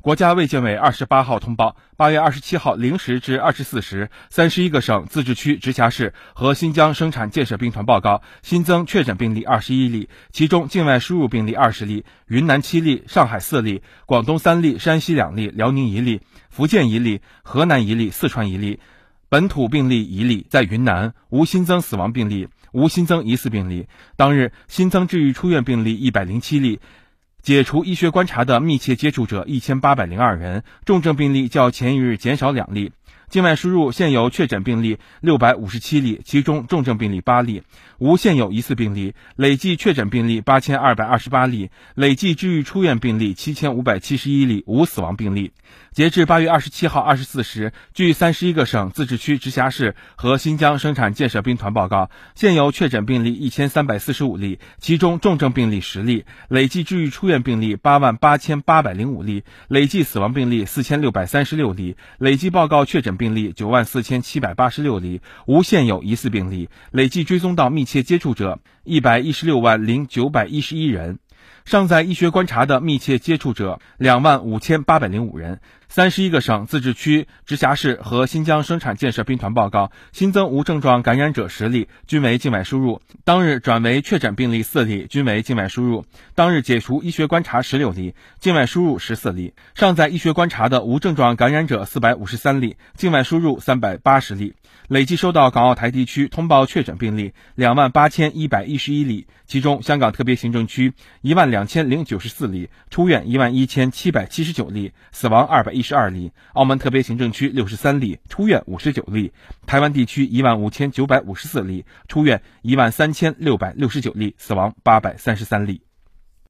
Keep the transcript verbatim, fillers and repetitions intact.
国家卫健委二十八号通报，八月二十七号零时至二十四时，三十一个省、自治区、直辖市和新疆生产建设兵团报告新增确诊病例二十一例，其中境外输入病例二十例，云南七例，上海四例，广东三例，山西两例，辽宁一例，福建一例，河南一例，四川一例。本土病例一例，在云南，无新增死亡病例，无新增疑似病例。当日新增治愈出院病例一百零七例。解除医学观察的密切接触者一千八百零二人，重症病例较前一日减少两例。境外输入现有确诊病例六百五十七例，其中重症病例八例，无现有疑似病例，累计确诊病例八千二百二十八例，累计治愈出院病例七千五百七十一例，无死亡病例。截至八月二十七号二十四时，据三十一个省、自治区、直辖市和新疆生产建设兵团报告，现有确诊病例一千三百四十五例，其中重症病例十例，累计治愈出院病例八万八千八百零五例，累计死亡病例四千六百三十六例，累计报告确诊病例九万四千七百八十六例，无现有疑似病例，累计追踪到密切接触者一百一十六万零九百一十一人。尚在医学观察的密切接触者两万五千八百零五人。三十一个省、自治区、直辖市和新疆生产建设兵团报告新增无症状感染者十例，均为境外输入。当日转为确诊病例四例，均为境外输入。当日解除医学观察十六例，境外输入十四例。尚在医学观察的无症状感染者四百五十三例，境外输入三百八十例。累计收到港澳台地区通报确诊病例两万八千一百一十一例，其中香港特别行政区一万两千零九十四例，出院一万一千七百七十九例，死亡二百一十二例；澳门特别行政区六十三例，出院五十九例；台湾地区一万五千九百五十四例，出院一万三千六百六十九例，死亡八百三十三例。